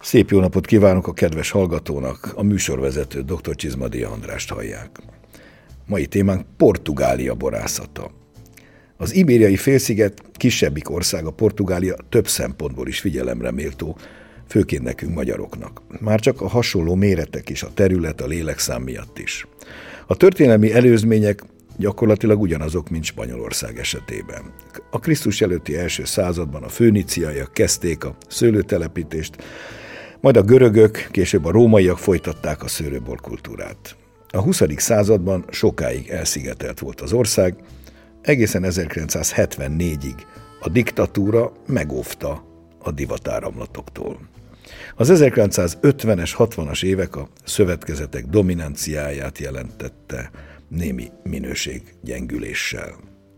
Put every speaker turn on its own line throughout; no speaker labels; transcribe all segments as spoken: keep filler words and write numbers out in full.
Szép jó napot kívánok a kedves hallgatónak, a műsorvezető dr. Csizmadia Andrást hallják. Mai témánk Portugália borászata. Az Ibériai félsziget kisebbik országa Portugália több szempontból is figyelemre méltó, főként nekünk magyaroknak. Már csak a hasonló méretek és a terület, a lélekszám miatt is. A történelmi előzmények gyakorlatilag ugyanazok, mint Spanyolország esetében. A Krisztus előtti első században a föníciaiak kezdték a szőlőtelepítést, majd a görögök, később a rómaiak folytatták a szőlőbor kultúrát. A huszadik században sokáig elszigetelt volt az ország, egészen ezerkilencszázhetvennégyig a diktatúra megóvta a divatáramlatoktól. Az ezerkilencszázötvenes, hatvanas évek a szövetkezetek dominanciáját jelentette némi minőséggyengüléssel.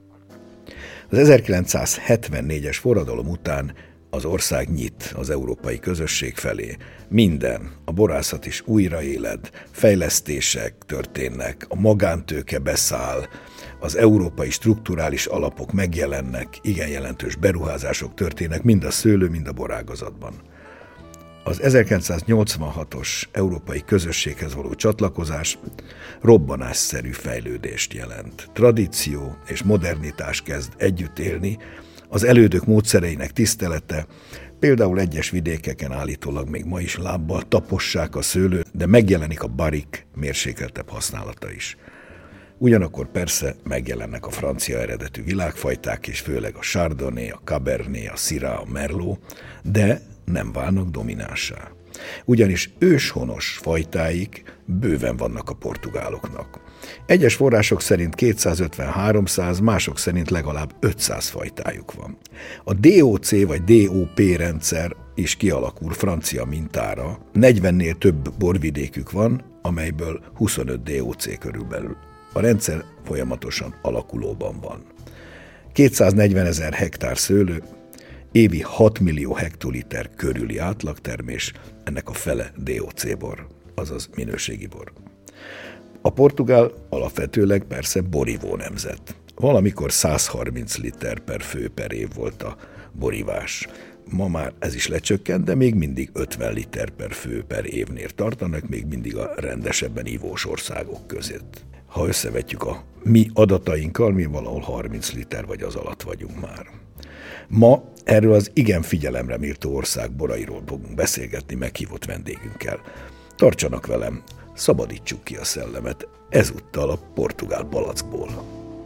Az ezerkilencszázhetvennégyes forradalom után az ország nyit az európai közösség felé. Minden, a borászat is újraéled, fejlesztések történnek, a magántőke beszáll, az európai strukturális alapok megjelennek, igen jelentős beruházások történnek mind a szőlő, mind a borágazatban. Az ezerkilencszáznyolcvanhatos európai közösséghez való csatlakozás robbanásszerű fejlődést jelent. Tradíció és modernitás kezd együtt élni, az elődök módszereinek tisztelete, például egyes vidékeken állítólag még ma is lábbal tapossák a szőlő, de megjelenik a barik mérsékeltebb használata is. Ugyanakkor persze megjelennek a francia eredetű világfajták, és főleg a Chardonnay, a Cabernet, a Syrah, a Merlot, de nem válnak dominánsá. Ugyanis őshonos fajtáik bőven vannak a portugáloknak. Egyes források szerint kétszázötven-háromszáz, mások szerint legalább ötszáz fajtájuk van. A dé o cé vagy dé o pé rendszer is kialakul francia mintára. negyvennél több borvidékük van, amelyből huszonöt dé o cé körülbelül. A rendszer folyamatosan alakulóban van. kétszáznegyvenezer hektár szőlő, évi hat millió hektoliter körüli átlagtermés, ennek a fele dé o cé bor, azaz minőségi bor. A portugál alapvetőleg persze borivó nemzet. Valamikor százharminc liter per fő per év volt a borivás. Ma már ez is lecsökkent, de még mindig ötven liter per fő per évnél tartanak, még mindig a rendesebben ivós országok között. Ha összevetjük a mi adatainkkal, mi valahol harminc liter vagy az alatt vagyunk már. Ma erről az igen figyelemre méltó ország borairól fogunk beszélgetni meghívott vendégünkkel. Tartsanak velem, szabadítsuk ki a szellemet, ezúttal a portugál palackból.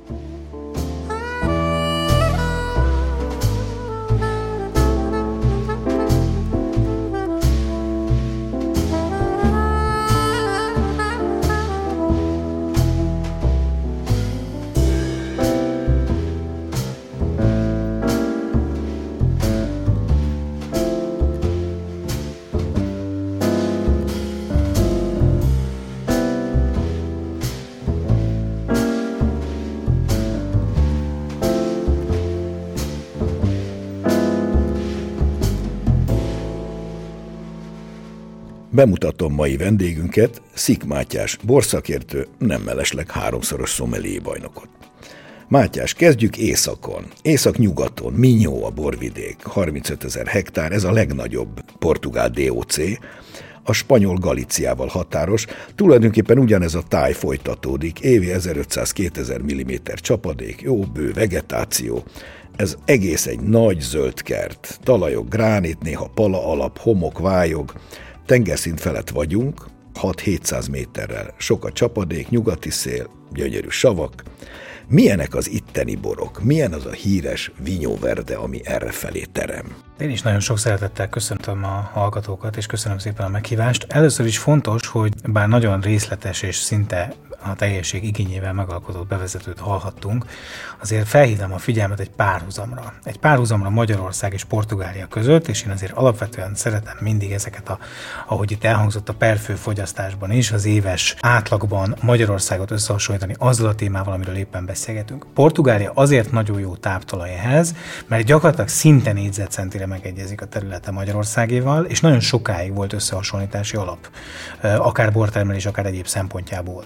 Bemutatom mai vendégünket, Szik Mátyás, borszakértő, nem mellesleg háromszoros sommelier bajnokot. Mátyás, kezdjük északon, észak-nyugaton, Minho a borvidék, harmincötezer hektár, ez a legnagyobb portugál dé o cé, a spanyol Galíciával határos, tulajdonképpen ugyanez a táj folytatódik, évi ezerötszáz-kétezer milliméter csapadék, jó bő vegetáció, ez egész egy nagy zöld kert, talajok, gránit, néha pala alap, homok, vályog, tengerszint felett vagyunk, hat-hétszáz méterrel, sok a csapadék, nyugati szél, gyönyörű savak. Milyenek az itteni borok? Milyen az a híres Vinho Verde, ami errefelé terem?
Én is nagyon sok szeretettel köszöntöm a hallgatókat, és köszönöm szépen a meghívást. Először is fontos, hogy bár nagyon részletes és szinte a teljesség igényével megalkotott bevezetőt hallhattunk, azért felhívnám a figyelmet egy párhuzamra. Egy párhuzamra Magyarország és Portugália között, és én azért alapvetően szeretem mindig ezeket, a, ahogy itt elhangzott a perfő fogyasztásban is, az éves átlagban Magyarországot összehasonlítani azzal a témával, amiről éppen beszélgetünk. Portugália azért nagyon jó táptalaj ehhez, mert gyakorlatilag szinte négyzetcentire megegyezik a területe Magyarországéval, és nagyon sokáig volt összehasonlítási alap, akár bortermelés, akár egyéb szempontjából.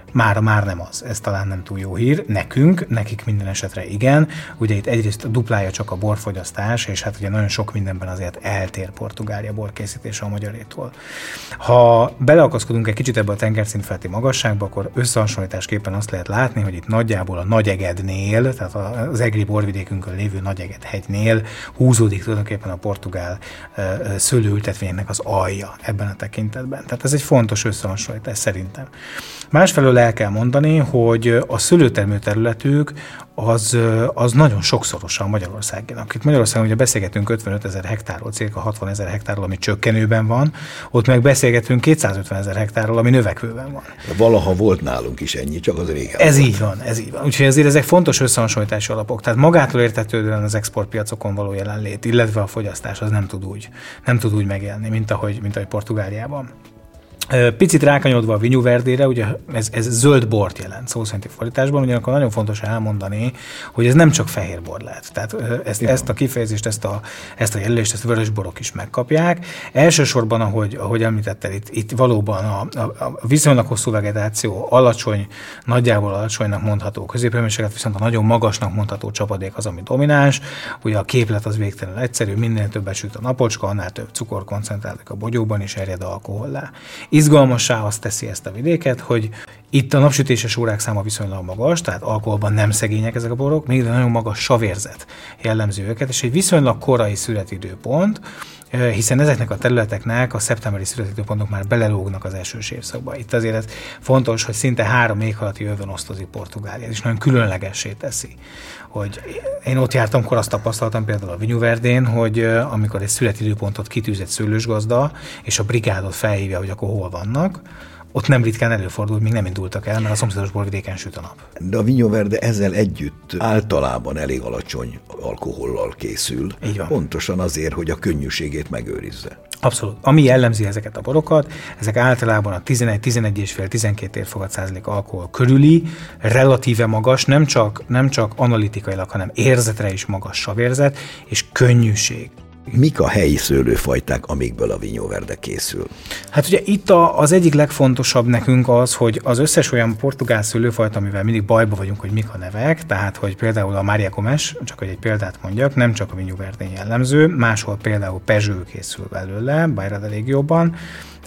Mára már nem az. Ez talán nem túl jó hír. Nekünk, nekik minden esetre igen. Ugye itt egyrészt duplája csak a borfogyasztás, és hát ugye nagyon sok mindenben azért eltér Portugália borkészítése a magyarétól. Ha beleakaszkodunk egy kicsit ebbe a tengerszint feletti magasságba, akkor összehasonlításképpen azt lehet látni, hogy itt nagyjából a Nagyegednél, tehát az egri borvidékünkön lévő Nagyeged-hegynél húzódik tulajdonképpen a portugál szőlőültetvénynek az alja ebben a tekintetben. Tehát ez egy fontos összehasonlítás szerintem. Másfelől el kell mondani, hogy a szőlőtermő területük az, az nagyon sokszorosan Magyarországinak. Itt Magyarországon ugye beszélgetünk ötvenöt ezer hektárról, cirka hatvan ezer hektárról, ami csökkenőben van, ott meg beszélgetünk kétszázötven ezer hektárról, ami növekvőben van.
Valaha volt nálunk is ennyi, csak az régen.
Ez volt. Így van, ez így van. Úgyhogy ezért ezek fontos összehasonlítási alapok. Tehát magától értetődően az exportpiacokon való jelenlét, illetve a fogyasztás az nem tud úgy, nem tud úgy megélni, mint ahogy, mint ahogy Portugáliában. Picit rákanyodva a Vinho Verdére, ugye ez, ez zöld bort jelent szó szerinti fordításban, ugyanakkor nagyon fontos elmondani, hogy ez nem csak fehér bor lehet. Tehát ezt, ezt a kifejezést, ezt a, ezt a jelölést, ezt a vörös borok is megkapják. Elsősorban, ahogy, ahogy említetted, itt, itt valóban a, a, a viszonylag hosszú vegetáció, alacsony, nagyjából alacsonynak mondható középhőmérséklet, viszont a nagyon magasnak mondható csapadék az, ami domináns. Ugye a képlet az végtelenül egyszerű, minél többet süt a napocska, annál több cukor koncentrálódik a bogyóban, és erjed alkohollá. Izgalmassá azt teszi ezt a vidéket, hogy itt a napsütéses órák száma viszonylag magas, tehát alkoholban nem szegények ezek a borok, még nagyon magas savérzet jellemző őket, és egy viszonylag korai születidőpont, hiszen ezeknek a területeknek a szeptemberi születidőpontok már belelógnak az esős évszakba. Itt azért ez fontos, hogy szinte három éghajlati övön osztozik Portugália, és nagyon különlegessé teszi. Hogy én ott jártam, akkor azt tapasztaltam például a Vinho Verdén, hogy amikor egy születidőpontot kitűz egy szőlősgazda, és a brigádot felhívja, hogy akkor hol vannak, ott nem ritkán előfordul, még nem indultak el, mert a szomszédos borvidéken süt a nap.
De a Vinho Verde ezzel együtt általában elég alacsony alkohollal készül.
Így van.
Pontosan azért, hogy a könnyűségét megőrizze.
Abszolút. Ami jellemzi ezeket a borokat, ezek általában a tizenegy-tizenegy egész öt tizenkét érfogat százalék alkohol körüli, relatíve magas, nem csak, nem csak analitikailag, hanem érzetre is magas savérzet, és könnyűség.
Mik a helyi szőlőfajták, amikből a Vinho Verde készül?
Hát ugye itt a, az egyik legfontosabb nekünk az, hogy az összes olyan portugál szőlőfajta, amivel mindig bajba vagyunk, hogy mik a nevek, tehát hogy például a Maria Gomes, csak hogy egy példát mondjak, nem csak a Vinho Verdén jellemző, máshol például Peugeot készül belőle, Bairro da Régióban.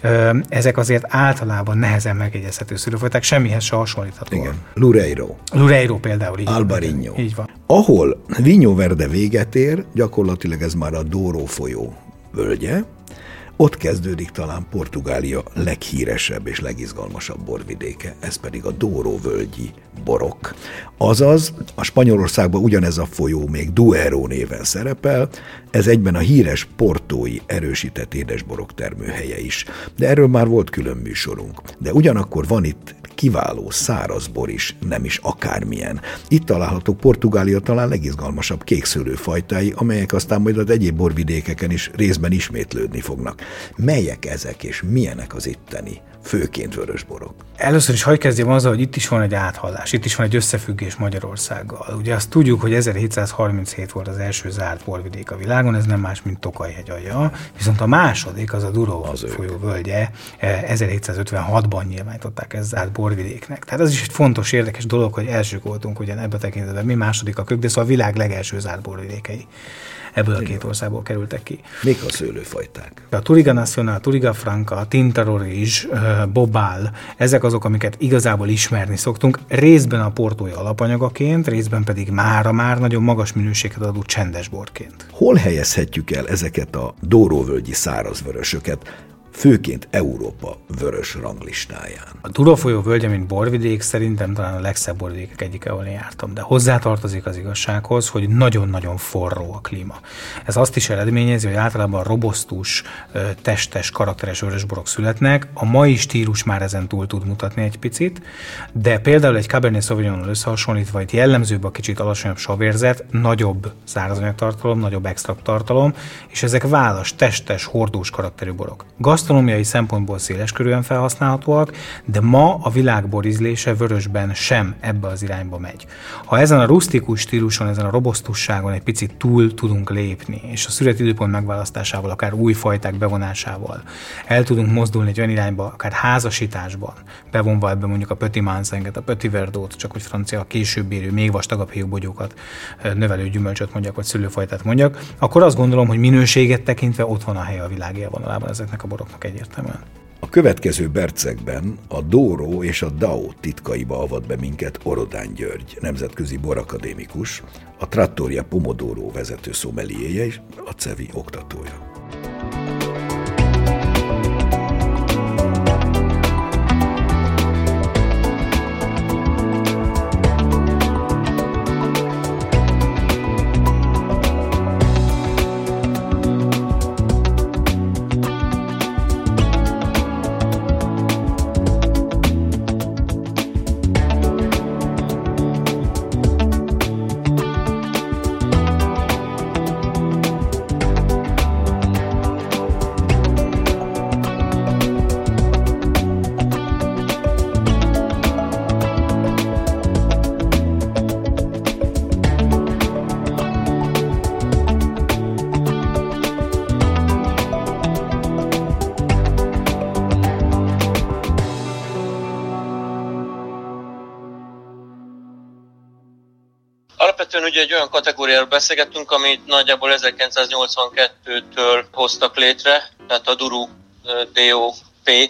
Ezek azért általában nehezen megjegyezhető szőlőfajták, semmihez se hasonlítható.
Igen. Loureiro.
Loureiro például. Így
Albarino.
Így van.
Ahol Vinho Verde véget ér, gyakorlatilag ez már a Douro folyó völgye, ott kezdődik talán Portugália leghíresebb és legizgalmasabb borvidéke, ez pedig a Douro völgyi borok. Azaz, a Spanyolországban ugyanez a folyó még Duero néven szerepel, ez egyben a híres portói erősített édesborok termőhelye is. De erről már volt külön műsorunk. De ugyanakkor van itt kiváló szárazbor is, nem is akármilyen. Itt található Portugália talán legizgalmasabb kékszőlőfajtái, amelyek aztán majd az egyéb borvidékeken is részben ismétlődni fognak. Melyek ezek, és milyenek az itteni, főként vörösborok?
Először is hadd kezdjem azzal, hogy itt is van egy áthallás, itt is van egy összefüggés Magyarországgal. Ugye azt tudjuk, hogy ezerhétszázharminchét volt az első zárt borvidék a világon, ez nem más, mint Tokaj-hegy alja, viszont a második, az a Douro folyó völgye, ezerhétszázötvenhatban nyilvánították ezt zárt borvidéknek. Tehát ez is egy fontos, érdekes dolog, hogy elsők voltunk ugyan ebbe tekintetben, mi második a kök, de szóval a világ legelső zárt borvidékei. Ebből a két országból kerültek ki.
Mik a szőlőfajták?
A Touriga Nacional, Touriga Franca, Tintaro Rizs, Bobal, ezek azok, amiket igazából ismerni szoktunk, részben a portói alapanyagaként, részben pedig mára már nagyon magas minőséget adó csendes borként.
Hol helyezhetjük el ezeket a Douro-völgyi szárazvörösöket, főként Európa vörös ranglistáján?
A Douro folyó völgye, mint borvidék, szerintem talán a legszebb borvidékek egyike, ahol én jártam, de hozzátartozik az igazsághoz, hogy nagyon-nagyon forró a klíma. Ez azt is eredményezi, hogy általában robosztus, testes, karakteres vörösborok születnek. A mai stílus már ezen túl tud mutatni egy picit, de például egy Cabernet Sauvignonnal összehasonlítva itt jellemzőbb a kicsit alacsonyabb savérzet, nagyobb szárazanyagtartalom, nagyobb extrakt tartalom, és ezek válas, testes, hordós karakterű borok. gasztronómiai szempontból széleskörűen felhasználhatóak, de ma a világbor ízlése vörösben sem ebbe az irányba megy. Ha ezen a rusztikus stíluson, ezen a robosztusságon egy picit túl tudunk lépni, és a szüreti időpont megválasztásával, akár új fajták bevonásával el tudunk mozdulni egy olyan irányba, akár házasításban, bevonva ebbe mondjuk a Petit Mansenget, a Petit Verdot, csak hogy francia később érő, még vastagabb héjbogyókat növelő gyümölcsöt mondjak, vagy szőlőfajtát mondjak, akkor azt gondolom, hogy minőséget tekintve ott van a helye a világ élvonalában ezeknek a boroknak egyértelműen.
A következő percekben a Douro és a Dao titkaiba avat be minket Orodán György, nemzetközi borakadémikus, a Trattoria Pomodoro vezető szomeliéje és a CEVI oktatója.
Alapvetően ugye egy olyan kategóriáról beszélgettünk, amit nagyjából ezerkilencszáznyolcvankettőtől hoztak létre, tehát a Douro dé o pé,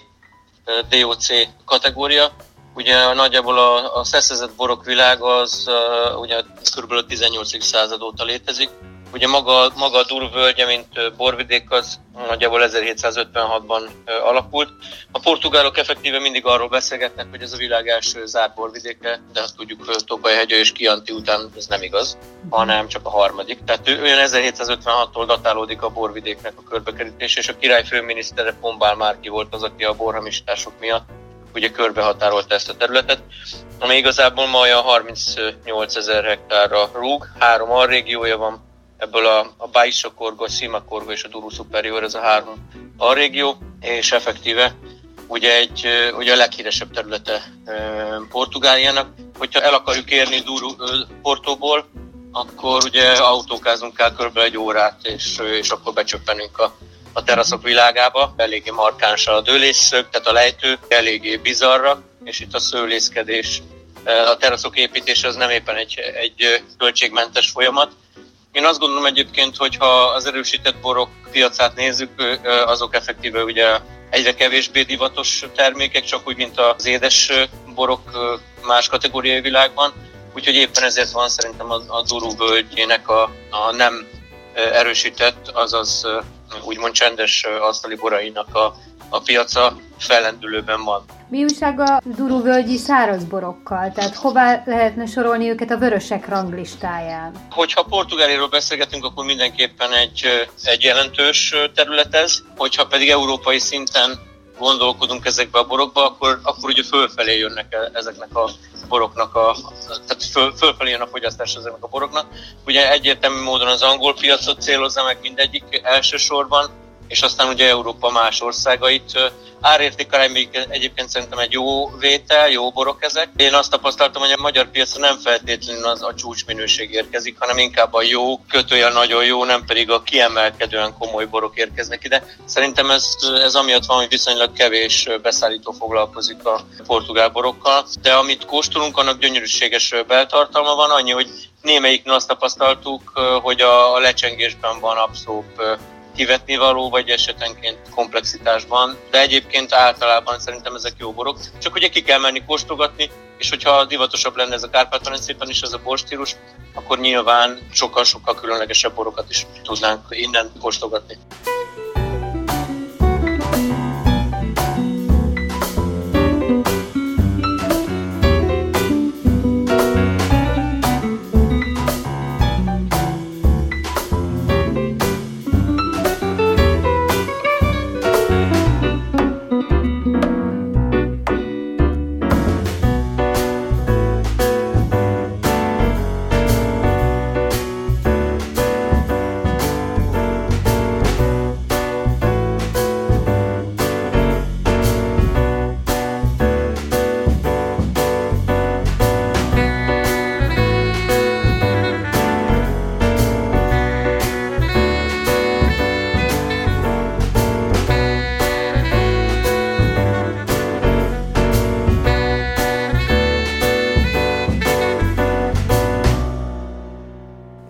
dé o cé kategória. Ugye nagyjából a, a szeszezett borok világ az uh, ugye kb. A tizennyolcadik század óta létezik. Ugye maga, maga a Douro völgye, mint borvidék, az nagyjából ezerhétszázötvenhatban uh, alakult. A portugálok effektíve mindig arról beszélgetnek, hogy ez a világ első zárt borvidéke, de azt tudjuk, Tokaj-hegye és Chianti után ez nem igaz, hanem csak a harmadik. Tehát olyan ezerhétszázötvenhattól datálódik a borvidéknek a körbekerítés, és a király főminisztere Pombal Márki volt az, aki a borhamisítások miatt ugye körbehatárolta ezt a területet, ami igazából ma olyan harmincnyolcezer hektárra rúg, három alrégiója van, ebből a, a Baixo Corgo, a Cima Corgo és a Douro Superior, ez a három alrégió, és effektíve ugye, egy, ugye a leghíresebb területe e, Portugáliának. Hogyha el akarjuk érni Douro, Portóból, akkor ugye autókázunk kell kb. Egy órát, és, és akkor becsöppenünk a a teraszok világába. Eléggé markáns a dőlésszög, tehát a lejtő, eléggé bizarrak, és itt a szőlészkedés, a teraszok építése az nem éppen egy, egy költségmentes folyamat. Én azt gondolom egyébként, hogy ha az erősített borok piacát nézzük, azok effektíve ugye egyre kevésbé divatos termékek, csak úgy, mint az édes borok más kategóriai világban. Úgyhogy éppen ezért van szerintem a, a Douro völgyének a, a nem erősített, azaz úgymond csendes asztali borainak a, a piaca fellendülőben van.
Mi újság a Douro völgyi száraz borokkal? Tehát hová lehetne sorolni őket a vörösek ranglistáján?
Hogyha Portugáliáról beszélgetünk, akkor mindenképpen egy, egy jelentős terület ez. Hogyha pedig európai szinten gondolkodunk ezekbe a borokba, akkor, akkor ugye fölfelé jönnek ezeknek a boroknak, a, tehát föl, fölfelé jön a fogyasztás ezeknek a boroknak. Ugye egyértelmű módon az angol piacot célozza meg mindegyik elsősorban, és aztán ugye Európa más országait. Árértékarányban egyébként szerintem egy jó vétel, jó borok ezek. Én azt tapasztaltam, hogy a magyar piacra nem feltétlenül az a csúcsminőség érkezik, hanem inkább a jó, kötőjel nagyon jó, nem pedig a kiemelkedően komoly borok érkeznek ide. Szerintem ez, ez amiatt van, hogy viszonylag kevés beszállító foglalkozik a portugál borokkal, de amit kóstolunk, annak gyönyörűséges beltartalma van, annyi, hogy némelyiknél azt tapasztaltuk, hogy a lecsengésben van abszolút kivetnivaló, vagy esetenként komplexitásban, de egyébként általában szerintem ezek jó borok. Csak ugye ki kell menni kóstolgatni, és hogyha divatosabb lenne ez a Kárpát-medencében is ez a borstílus, akkor nyilván sokkal-sokkal különlegesebb borokat is tudnánk innen kóstolgatni.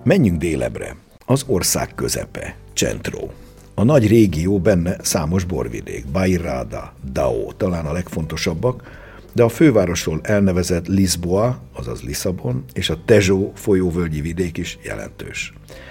Menjünk délebre. Az ország közepe, Centro. A nagy régió, benne számos borvidék, Bairrada, Dao, talán a legfontosabbak, de a fővárosról elnevezett Lisboa, azaz Lisszabon, és a Tejo folyóvölgyi vidék is jelentős.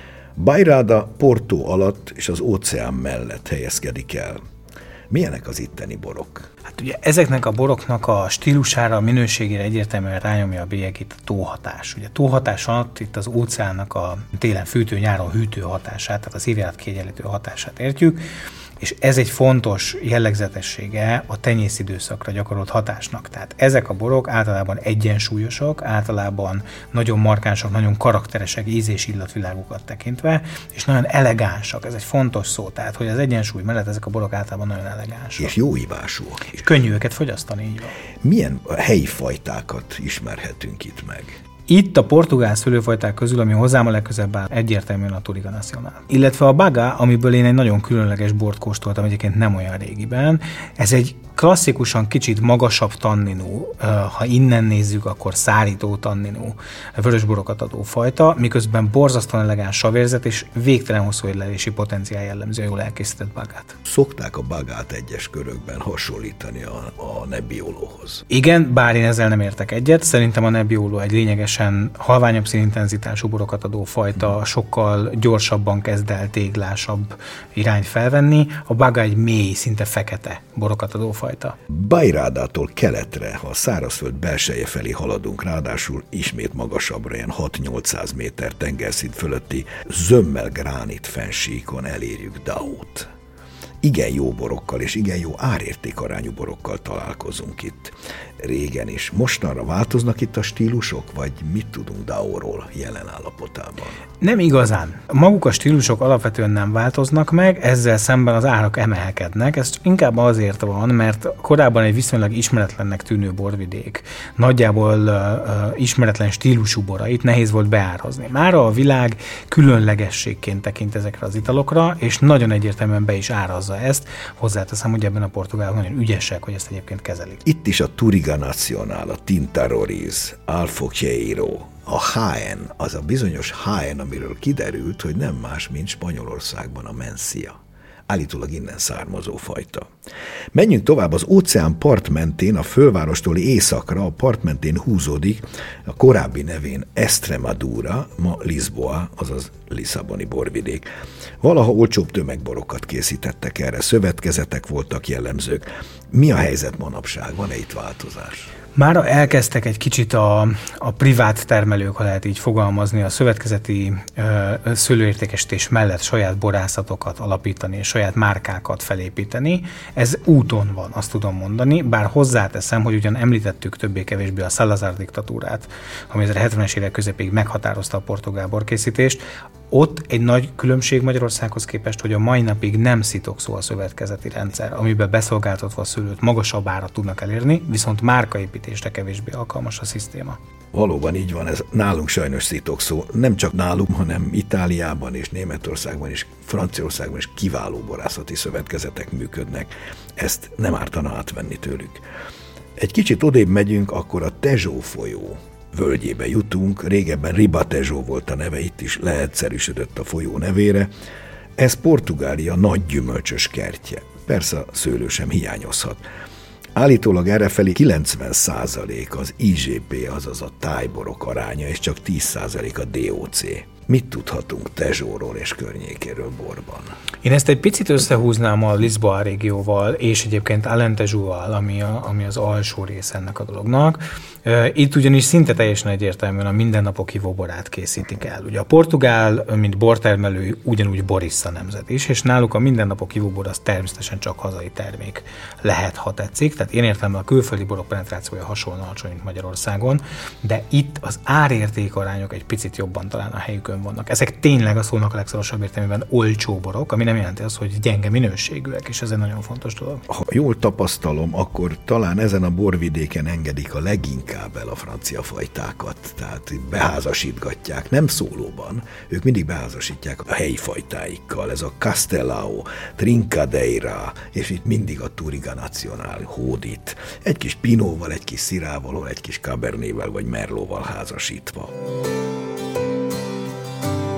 Bairrada Porto alatt és az óceán mellett helyezkedik el. Milyenek az itteni borok?
Hát ugye ezeknek a boroknak a stílusára, a minőségére egyértelműen rányomja a bélyegét a tóhatás. Ugye tóhatás alatt itt az óceánnak a télen fűtő, nyáron hűtő hatását, tehát az évjárat kiegyenlítő hatását értjük, és ez egy fontos jellegzetessége a tenyészidőszakra gyakorolt hatásnak. Tehát ezek a borok általában egyensúlyosak, általában nagyon markánsak, nagyon karakteresek íz- és illatvilágukat tekintve, és nagyon elegánsak. Ez egy fontos szó, tehát hogy az egyensúly mellett ezek a borok általában nagyon elegánsak.
És jó ivásúak.
És könnyű őket fogyasztani, így van.
Milyen helyi fajtákat ismerhetünk itt meg?
Itt a portugál szőlőfajták közül, ami hozzám a legközelebb áll, egyértelműen a Touriga Nacional. Illetve a Baga, amiből én egy nagyon különleges bort kóstoltam, egyébként nem olyan régiben. Ez egy klasszikusan kicsit magasabb tanninú, ha innen nézzük, akkor szárító tanninú vörösborokat adó fajta, miközben borzasztóan elegáns savérzet és végtelen hosszú érlelési potenciál jellemző a jól elkészített Bagát.
Szokták a Bagát egyes körökben hasonlítani a, a Nebbiolóhoz.
Igen, bár én ezzel nem értek egyet. Szerintem a Nebbiolo egy lényegesen halványabb színintenzitású borokat adó fajta, sokkal gyorsabban kezd el téglásabb irányt felvenni. A Baga egy mély, szinte fekete borokat adó fajta.
Bairradától keletre, ha a szárazföld belseje felé haladunk, ráadásul ismét magasabbra, ilyen hat-nyolcszáz méter tengerszint fölötti zömmel gránit fennsíkon elérjük Daót. Igen jó borokkal és igen jó árértékarányú borokkal találkozunk itt. Régen is. Mostanra változnak itt a stílusok, vagy mit tudunk Daóról jelen állapotában?
Nem igazán. Maguk a stílusok alapvetően nem változnak meg, ezzel szemben az árak emelkednek. Ez inkább azért van, mert korábban egy viszonylag ismeretlennek tűnő borvidék nagyjából uh, ismeretlen stílusú borait nehéz volt beárazni. Mára a világ különlegességként tekint ezekre az italokra, és nagyon egyértelműen be is árazza ezt. Hozzáteszem, hogy ebben a portugálok nagyon ügyesek, hogy ezt egyébként kezelik.
Itt is a Touriga Nacional, a Tinta Roriz, Alfocheiro, a Jaén, az a bizonyos Jaén, amiről kiderült, hogy nem más, mint Spanyolországban a Mencia. Állítólag innen származó fajta. Menjünk tovább, az óceán part mentén, a fővárostól északra, a part mentén húzódik a korábbi nevén Estremadura, ma Lisboa, azaz lisszaboni borvidék. Valaha olcsóbb tömegborokat készítettek erre, szövetkezetek voltak jellemzők. Mi a helyzet manapság? Van-e itt változás?
Mára elkezdtek egy kicsit a, a privát termelők, ha lehet így fogalmazni, a szövetkezeti ö, szőlőértékesítés mellett saját borászatokat alapítani és saját márkákat felépíteni. Ez úton van, azt tudom mondani, bár hozzáteszem, hogy ugyan említettük többé-kevésbé a Salazar diktatúrát, ami a hetvenes évek közepéig meghatározta a portugál borkészítést. Ott egy nagy különbség Magyarországhoz képest, hogy a mai napig nem szitokszó a szövetkezeti rendszer, amiben beszolgáltatva a szőlőt magasabb árat tudnak elérni, viszont márkaépítésre kevésbé alkalmas a szisztéma.
Valóban így van, ez nálunk sajnos szitokszó. Nem csak nálunk, hanem Itáliában és Németországban és Franciaországban is kiváló borászati szövetkezetek működnek. Ezt nem ártana átvenni tőlük. Egy kicsit odébb megyünk, akkor a Tejo folyó völgyébe jutunk, régebben Ribatejo volt a neve, itt is leegyszerűsödött a folyó nevére. Ez Portugália nagy gyümölcsös kertje. Persze a szőlő sem hiányozhat. Állítólag errefelé kilencven százalék az i gé pé, azaz a tájborok aránya, és csak tíz százalék a dé o cé. Mit tudhatunk Tejóról és környékéről borban?
Én ezt egy picit összehúznám a Lisboa régióval, és egyébként Alentejoval, ami, a, ami az alsó rész ennek a dolognak. Itt ugyanis szinte teljesen egyértelműen a mindennapok ivóborát készítik el. Ugye a portugál, mint bortermelő, ugyanúgy borissza nemzet is, és náluk a mindennapok ivóbor az természetesen csak hazai termék lehet, ha tetszik. Tehát én értem, a külföldi borok penetrációja hasonló alacsony, mint Magyarországon, de itt az árértékarányok egy picit jobban talán a helyükön vannak. Ezek tényleg a szónak a legszorosabb értelmében olcsó borok, ami nem jelenti azt, hogy gyenge minőségűek, és ez egy nagyon fontos dolog.
Ha jól tapasztalom, akkor talán ezen a borvidéken engedik a leginkább el a francia fajtákat, tehát beházasítgatják, nem szólóban, ők mindig beházasítják a helyi fajtáikkal, ez a Castelao, Trincadeira, és itt mindig a Touriga Nacional hódít. Egy kis pinóval, egy kis szirával, egy kis cabernével vagy merlóval házasítva.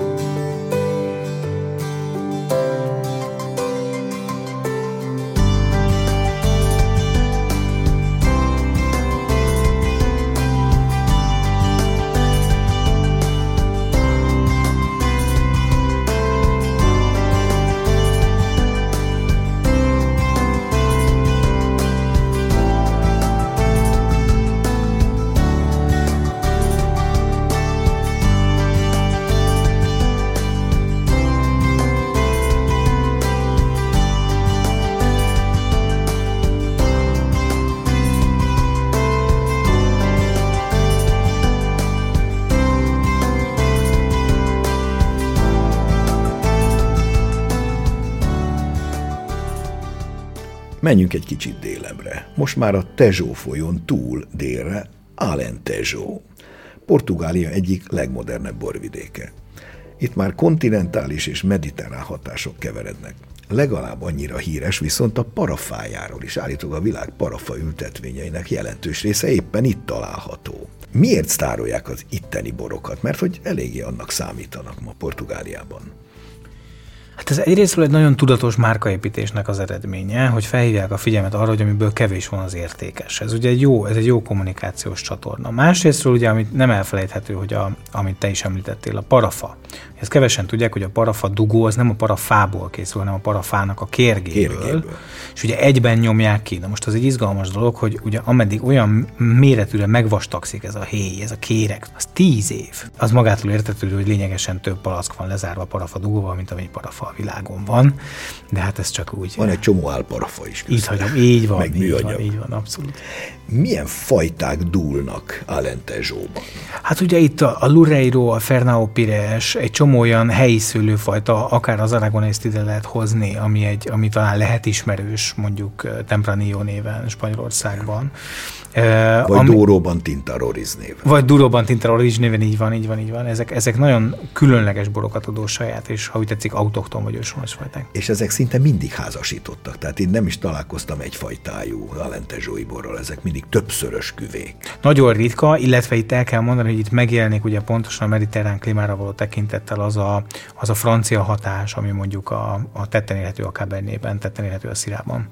Menjünk egy kicsit délebre. Most már a Tejo folyón túl délre Alentejo, Portugália egyik legmodernebb borvidéke. Itt már kontinentális és mediterrán hatások keverednek. Legalább annyira híres viszont a parafájáról is. Állítólag a világ parafa ültetvényeinek jelentős része éppen itt található. Miért sztárolják az itteni borokat? Mert hogy eléggé annak számítanak ma Portugáliában.
Hát ez egyrésztről egy nagyon tudatos márkaépítésnek az eredménye, hogy felhívják a figyelmet arra, hogy amiből kevés van, az értékes. Ez ugye egy jó, ez egy jó kommunikációs csatorna. Másrésztről ugye, amit nem elfelejthető, hogy a, amit te is említettél, a parafa. Ezt kevesen tudják, hogy a parafa dugó az nem a parafából készül, hanem a parafának a kérgéből. kérgéből. És ugye egyben nyomják ki. Na most az egy izgalmas dolog, hogy ugye ameddig olyan méretűre megvastagszik ez a héj, ez a kéreg, az tíz év. Az magától értetődő, hogy lényegesen több palack van lezárva a parafa dugóval, mint amennyi parafa a világon van, de hát ez csak úgy...
Van egy csomó álparafa is.
Így hagyom, így van, így van, így van, abszolút.
Milyen fajták dúlnak Alentejóban?
Hát ugye itt a, a Loureiro, a Fernão Pires, egy csomó olyan helyi szőlőfajta, akár az Aragonészt ide lehet hozni, ami, egy, ami talán lehet ismerős, mondjuk Tempranillo néven Spanyolországban.
Vagy ami, Douróban Tinta Roriz néven.
Vagy Douróban Tinta Roriz néven, így van, így van, így van. Ezek, ezek nagyon különleges borokat adó saját, és ha úgy tetszik, autokton vagy őshonos fajták.
És ezek szinte mindig házasítottak, tehát én nem is találkoztam egyfajtájú alentejói borral, ezek mindig többszörös küvék.
Nagyon ritka, illetve itt el kell mondani, hogy itt megjelenik ugye pontosan a mediterrán klímára való tekintettel az a, az a francia hatás, ami mondjuk a, a tetten érhető a Cabernetben, tetten érhető a Syrahban.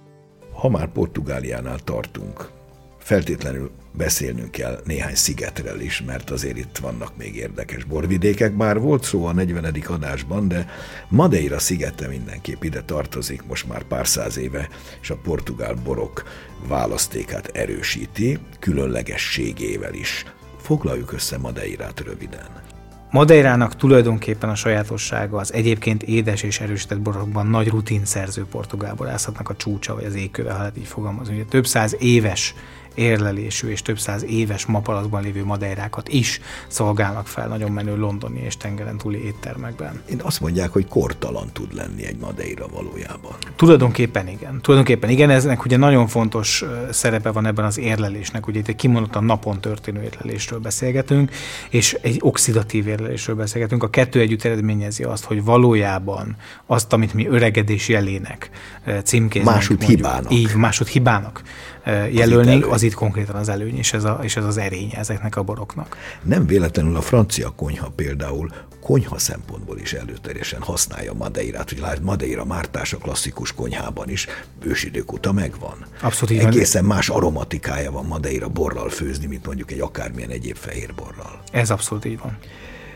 Ha már Portugáliánál tartunk, feltétlenül beszélnünk kell néhány szigetről is, mert azért itt vannak még érdekes borvidékek, bár volt szó a negyvenedik adásban, de Madeira szigete mindenképp ide tartozik most már pár száz éve, és a portugál borok választékát erősíti, különlegességével is. Foglaljuk össze Madeirát röviden.
Madeirának tulajdonképpen a sajátossága az egyébként édes és erősített borokban nagy rutinszerző portugál borászatnak a csúcsa, vagy az égköve, ha lehet így fogalmazni. Ugye több száz éves érlelésű és több száz éves mapalacban lévő madeirákat is szolgálnak fel nagyon menő londoni és tengeren túli éttermekben.
Én azt mondják, hogy kortalan tud lenni egy Madeira valójában.
Tulajdonképpen igen. Tulajdonképpen igen, eznek ugye nagyon fontos szerepe van ebben az érlelésnek. Ugye itt egy kimondottan napon történő érlelésről beszélgetünk, és egy oxidatív érlelésről beszélgetünk. A kettő együtt eredményezi azt, hogy valójában azt, amit mi öregedés jelének címkézünk.
Másod hibának.
Így, másod hibának jelölnénk, az itt konkrétan az előny, és ez, a, és ez az erénye ezeknek a boroknak.
Nem véletlenül a francia konyha például konyha szempontból is előterjesen használja Madeirát, hogy lát, Madeira mártás a klasszikus konyhában is ősidők óta megvan.
Abszolút.
Egészen más aromatikája van Madeira borral főzni, mint mondjuk egy akármilyen egyéb fehér borral.
Ez abszolút így van.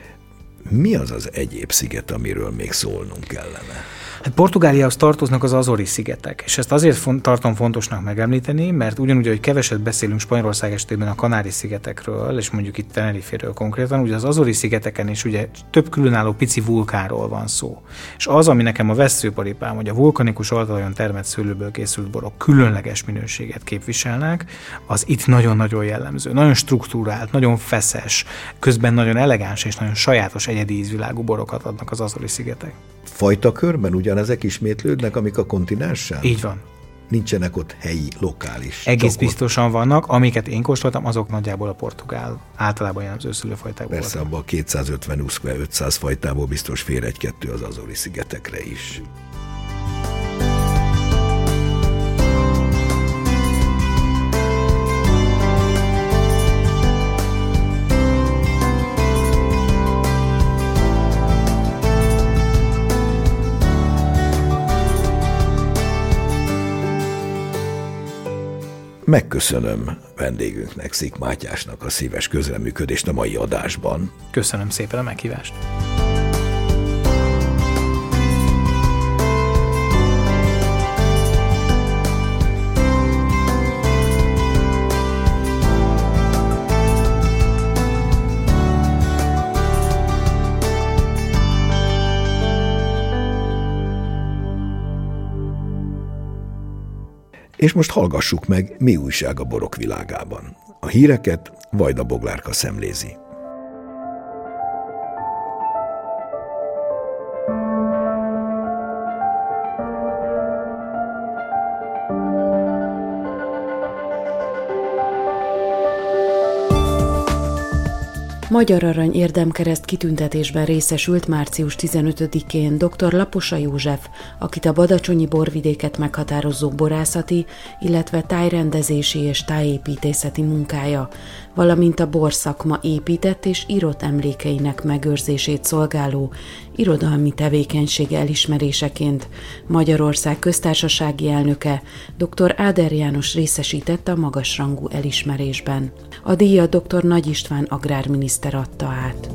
Mi az az egyéb sziget, amiről még szólnunk kellene?
Hát Portugáliához tartoznak az Azori-szigetek, és ezt azért font, tartom fontosnak megemlíteni, mert ugyanúgy, hogy keveset beszélünk Spanyolország esetében a Kanári-szigetekről, és mondjuk itt Tenerife-ről konkrétan, ugye az Azori-szigeteken is ugye több különálló pici vulkánról van szó. És az, ami nekem a vesszőparipám, hogy a vulkanikus altalajon termett szőlőből készült borok különleges minőséget képviselnek, az itt nagyon-nagyon jellemző. Nagyon struktúrált, nagyon feszes, közben nagyon elegáns és nagyon sajátos egyedi ízvilágú borokat adnak az Azori-szigetek.
Fajtakörben ugyanezek ismétlődnek, amik a kontinensen?
Így van.
Nincsenek ott helyi, lokális.
Egész
csokot.
Biztosan vannak, amiket én kóstoltam, azok nagyjából a portugál, általában jellemző szőlőfajták voltak.
Persze abban a kétszázötven-ötszáz fajtából biztos fér egy-kettő az Azori-szigetekre is. Megköszönöm vendégünknek, Szik Mátyásnak a szíves közreműködést a mai adásban.
Köszönöm szépen a meghívást.
És most hallgassuk meg, mi újság a borok világában. A híreket Vajda Boglárka szemlézi.
Magyar Arany érdemkereszt kitüntetésben részesült március tizenötödikén dr. Laposa József, akit a badacsonyi borvidéket meghatározó borászati, illetve tájrendezési és tájépítészeti munkája, valamint a borszakma épített és írott emlékeinek megőrzését szolgáló irodalmi tevékenysége elismeréseként Magyarország köztársasági elnöke dr. Áder János részesített a magasrangú elismerésben. A díjat dr. Nagy István agrárminiszter adta át.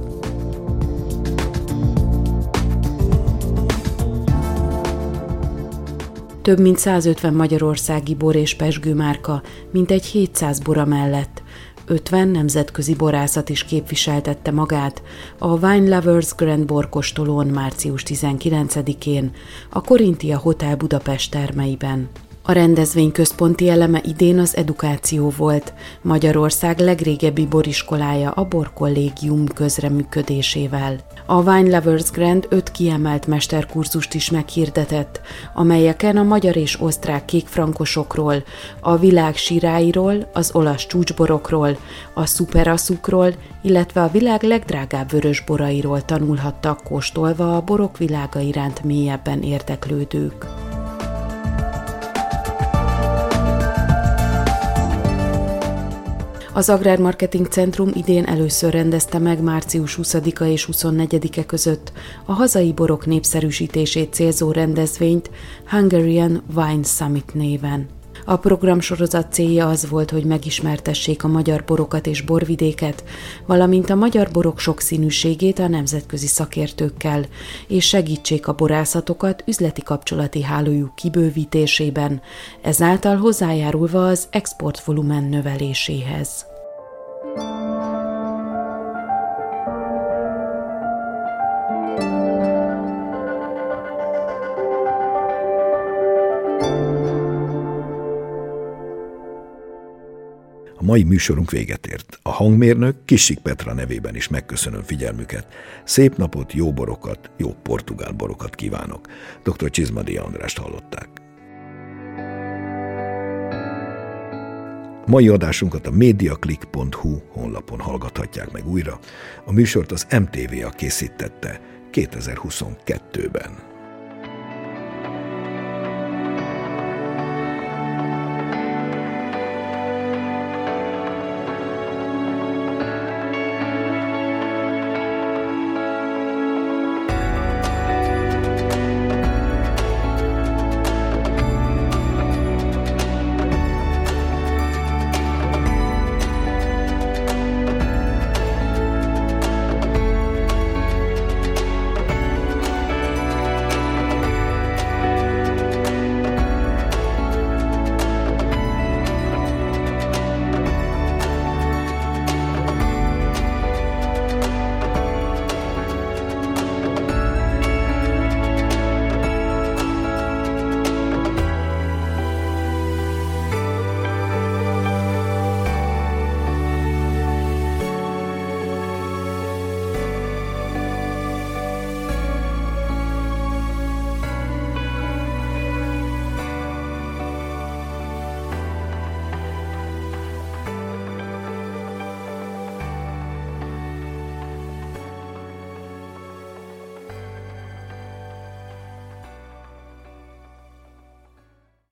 Több mint százötven magyarországi bor- és pezsgőmárka, mintegy hétszáz bora mellett ötven nemzetközi borászat is képviseltette magát a Wine Lovers Grand borkóstolón március tizenkilencedikén a Korintia Hotel Budapest termeiben. A rendezvény központi eleme idén az edukáció volt, Magyarország legrégebbi boriskolája a Borkollégium közreműködésével. A Wine Lovers Grand öt kiemelt mesterkurzust is meghirdetett, amelyeken a magyar és osztrák kékfrankosokról, a világ siráiról, az olasz csúcsborokról, a szuperaszukról, illetve a világ legdrágább vörösborairól tanulhattak kóstolva a borok világa iránt mélyebben érdeklődők. Az Agrármarketing Centrum idén először rendezte meg március huszadika és huszonnegyedike között a hazai borok népszerűsítését célzó rendezvényt Hungarian Wine Summit néven. A programsorozat célja az volt, hogy megismertessék a magyar borokat és borvidéket, valamint a magyar borok sokszínűségét a nemzetközi szakértőkkel, és segítsék a borászatokat üzleti kapcsolati hálójuk kibővítésében, ezáltal hozzájárulva az exportvolumen növeléséhez.
A mai műsorunk véget ért. A hangmérnök Kissik Petra nevében is megköszönöm figyelmüket. Szép napot, jó borokat, jó portugál borokat kívánok. dr. Csizmadia Andrást hallották. Mai adásunkat a mediaclick pont hu honlapon hallgathatják meg újra. A műsort az em té vé á készítette kétezer-huszonkettőben.